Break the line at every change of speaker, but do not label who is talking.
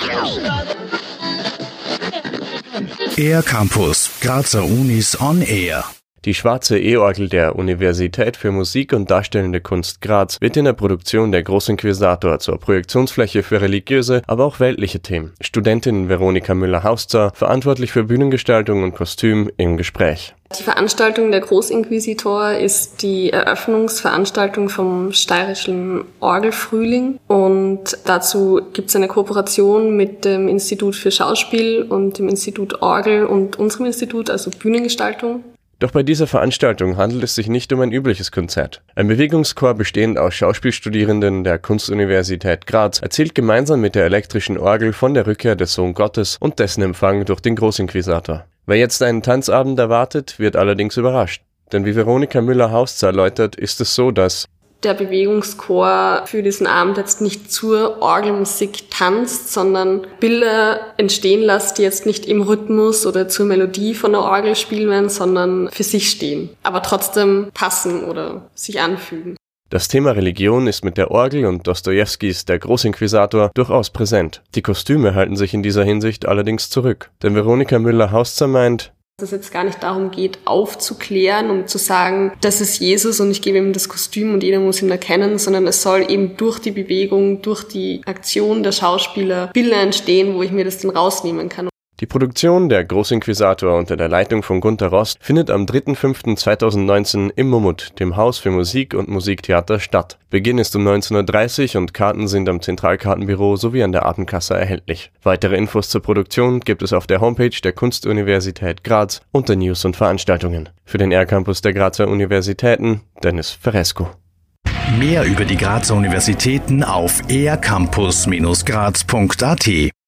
Air Campus, Grazer Unis on Air.
Die schwarze E-Orgel der Universität für Musik und Darstellende Kunst Graz wird in der Produktion der Großinquisitor zur Projektionsfläche für religiöse, aber auch weltliche Themen. Studentin Veronika Müller-Hauszer, verantwortlich für Bühnengestaltung und Kostüm, im Gespräch.
Die Veranstaltung der Großinquisitor ist die Eröffnungsveranstaltung vom Steirischen Orgelfrühling und dazu gibt es eine Kooperation mit dem Institut für Schauspiel und dem Institut Orgel und unserem Institut, also Bühnengestaltung.
Doch bei dieser Veranstaltung handelt es sich nicht um ein übliches Konzert. Ein Bewegungschor bestehend aus Schauspielstudierenden der Kunstuniversität Graz erzählt gemeinsam mit der elektrischen Orgel von der Rückkehr des Sohn Gottes und dessen Empfang durch den Großinquisitor. Wer jetzt einen Tanzabend erwartet, wird allerdings überrascht. Denn wie Veronika Müller-Hauszer erläutert, ist es so, dass
der Bewegungschor für diesen Abend jetzt nicht zur Orgelmusik tanzt, sondern Bilder entstehen lässt, die jetzt nicht im Rhythmus oder zur Melodie von der Orgel spielen werden, sondern für sich stehen, aber trotzdem passen oder sich anfügen.
Das Thema Religion ist mit der Orgel und Dostojewskis Der Großinquisitor durchaus präsent. Die Kostüme halten sich in dieser Hinsicht allerdings zurück. Denn Veronika Müller-Hauszer meint,
dass es jetzt gar nicht darum geht, aufzuklären und zu sagen, das ist Jesus und ich gebe ihm das Kostüm und jeder muss ihn erkennen, sondern es soll eben durch die Bewegung, durch die Aktion der Schauspieler Bilder entstehen, wo ich mir das dann rausnehmen kann.
Die Produktion der Großinquisitor unter der Leitung von Gunter Rost findet am 3.5.2019 im Mummut, dem Haus für Musik und Musiktheater, statt. Beginn ist um 19:30 Uhr und Karten sind am Zentralkartenbüro sowie an der Abendkasse erhältlich. Weitere Infos zur Produktion gibt es auf der Homepage der Kunstuniversität Graz unter News und Veranstaltungen. Für den Air-Campus der Grazer Universitäten, Dennis Feresko.
Mehr über die Grazer Universitäten auf aircampus-graz.at